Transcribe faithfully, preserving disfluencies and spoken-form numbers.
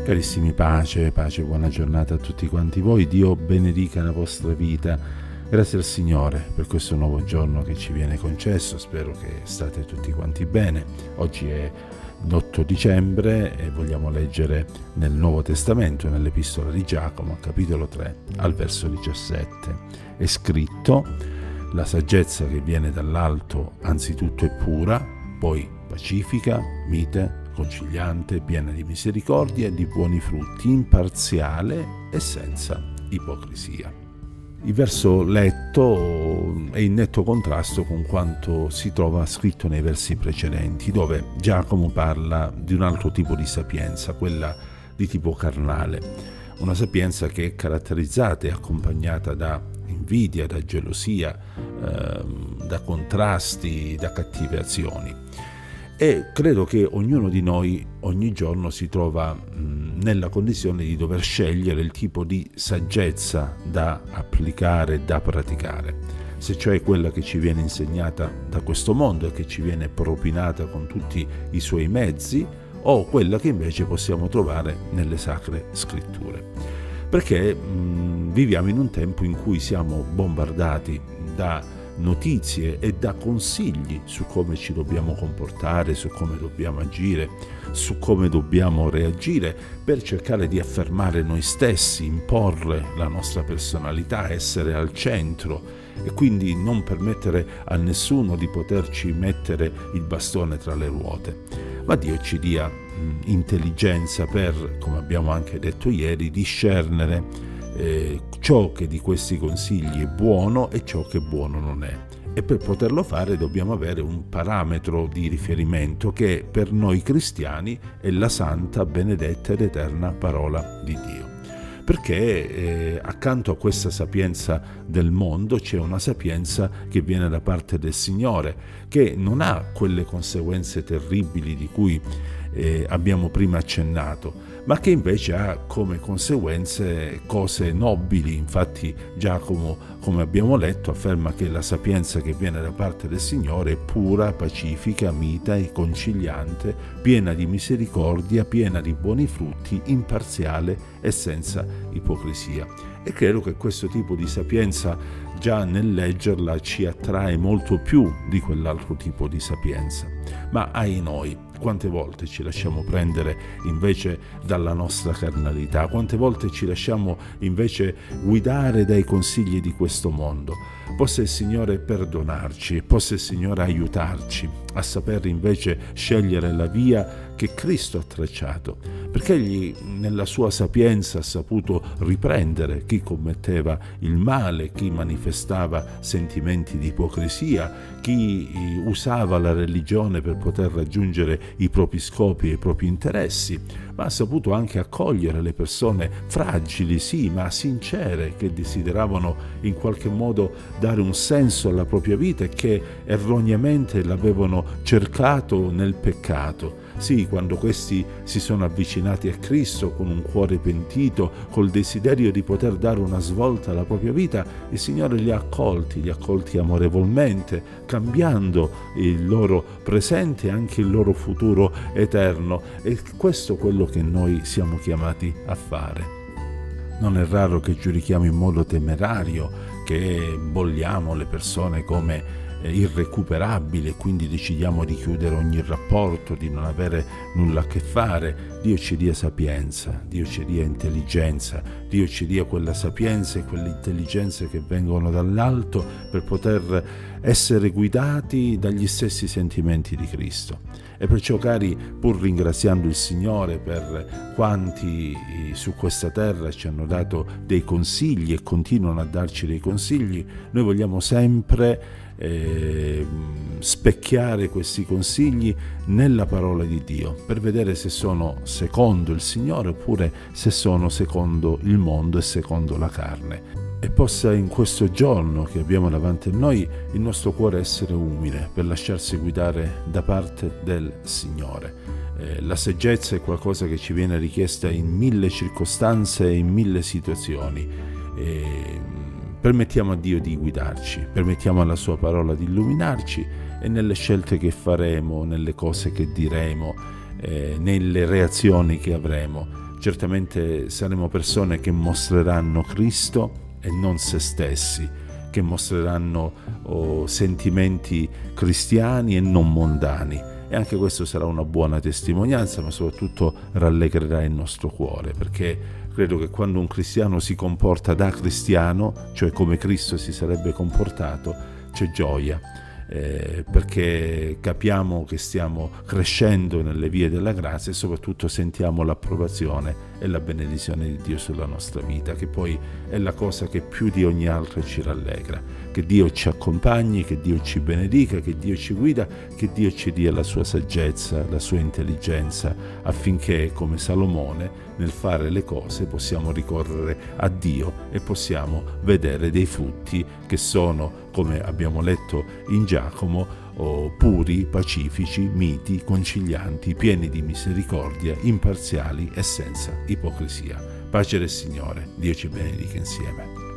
Carissimi, pace, pace, buona giornata a tutti quanti voi. Dio benedica la vostra vita. Grazie al Signore per questo nuovo giorno che ci viene concesso. Spero che state tutti quanti bene. Oggi è l'otto dicembre e vogliamo leggere nel Nuovo Testamento, nell'Epistola di Giacomo, capitolo tre, al verso diciassette. È scritto: la saggezza che viene dall'alto anzitutto è pura, poi pacifica, mite, conciliante, piena di misericordia e di buoni frutti, imparziale e senza ipocrisia. Il verso letto è in netto contrasto con quanto si trova scritto nei versi precedenti, dove Giacomo parla di un altro tipo di sapienza, quella di tipo carnale, una sapienza che è caratterizzata e accompagnata da invidia, da gelosia, eh, da contrasti, da cattive azioni. E credo che ognuno di noi ogni giorno si trova mh, nella condizione di dover scegliere il tipo di saggezza da applicare, da praticare. Se cioè quella che ci viene insegnata da questo mondo e che ci viene propinata con tutti i suoi mezzi, o quella che invece possiamo trovare nelle sacre scritture. Perché mh, viviamo in un tempo in cui siamo bombardati da notizie e da consigli su come ci dobbiamo comportare, su come dobbiamo agire, su come dobbiamo reagire per cercare di affermare noi stessi, imporre la nostra personalità, essere al centro e quindi non permettere a nessuno di poterci mettere il bastone tra le ruote. Ma Dio ci dia mh, intelligenza per, come abbiamo anche detto ieri, discernere Eh, ciò che di questi consigli è buono e ciò che buono non è. E per poterlo fare dobbiamo avere un parametro di riferimento che per noi cristiani è la santa, benedetta ed eterna parola di Dio. Perché eh, accanto a questa sapienza del mondo c'è una sapienza che viene da parte del Signore, che non ha quelle conseguenze terribili di cui eh, abbiamo prima accennato, ma che invece ha come conseguenze cose nobili. Infatti Giacomo, come abbiamo letto, afferma che la sapienza che viene da parte del Signore è pura, pacifica, mita e conciliante, piena di misericordia, piena di buoni frutti, imparziale e senza ipocrisia. E credo che questo tipo di sapienza, già nel leggerla, ci attrae molto più di quell'altro tipo di sapienza. Ma ai noi, quante volte ci lasciamo prendere invece dalla nostra carnalità, quante volte ci lasciamo invece guidare dai consigli di questo mondo. Possa il Signore perdonarci, possa il Signore aiutarci a saper invece scegliere la via che Cristo ha tracciato, perché Egli nella sua sapienza ha saputo riprendere chi commetteva il male, chi manifestava sentimenti di ipocrisia, chi usava la religione per poter raggiungere i propri scopi e i propri interessi, ma ha saputo anche accogliere le persone fragili, sì, ma sincere, che desideravano in qualche modo dare un senso alla propria vita e che erroneamente l'avevano cercato nel peccato. Sì, quando questi si sono avvicinati a Cristo con un cuore pentito, col desiderio di poter dare una svolta alla propria vita, il Signore li ha accolti, li ha accolti amorevolmente, cambiando il loro presente e anche il loro futuro eterno. E questo è quello che noi siamo chiamati a fare. Non è raro che giudichiamo in modo temerario, che bolliamo le persone come irrecuperabile, quindi decidiamo di chiudere ogni rapporto, di non avere nulla a che fare. Dio ci dia sapienza, Dio ci dia intelligenza, Dio ci dia quella sapienza e quell'intelligenza che vengono dall'alto per poter essere guidati dagli stessi sentimenti di Cristo. E perciò, cari, pur ringraziando il Signore per quanti su questa terra ci hanno dato dei consigli e continuano a darci dei consigli, noi vogliamo sempre Eh, specchiare questi consigli nella parola di Dio per vedere se sono secondo il Signore oppure se sono secondo il mondo e secondo la carne. E possa in questo giorno che abbiamo davanti a noi il nostro cuore essere umile per lasciarsi guidare da parte del Signore. Eh, la saggezza è qualcosa che ci viene richiesta in mille circostanze e in mille situazioni. Eh, Permettiamo a Dio di guidarci, permettiamo alla Sua parola di illuminarci e nelle scelte che faremo, nelle cose che diremo, eh, nelle reazioni che avremo, Certamente saremo persone che mostreranno Cristo e non se stessi, che mostreranno oh, sentimenti cristiani e non mondani, e anche questo sarà una buona testimonianza, ma soprattutto rallegrerà il nostro cuore, perché credo che quando un cristiano si comporta da cristiano, cioè come Cristo si sarebbe comportato, c'è gioia, eh, perché capiamo che stiamo crescendo nelle vie della grazia e soprattutto sentiamo l'approvazione e la benedizione di Dio sulla nostra vita, che poi è la cosa che più di ogni altra ci rallegra. Che Dio ci accompagni, che Dio ci benedica, che Dio ci guida, che Dio ci dia la sua saggezza, la sua intelligenza, affinché, come Salomone, nel fare le cose possiamo ricorrere a Dio e possiamo vedere dei frutti che sono, come abbiamo letto in Giacomo, oh, puri, pacifici, miti, concilianti, pieni di misericordia, imparziali e senza ipocrisia. Pace del Signore, Dio ci benedica insieme.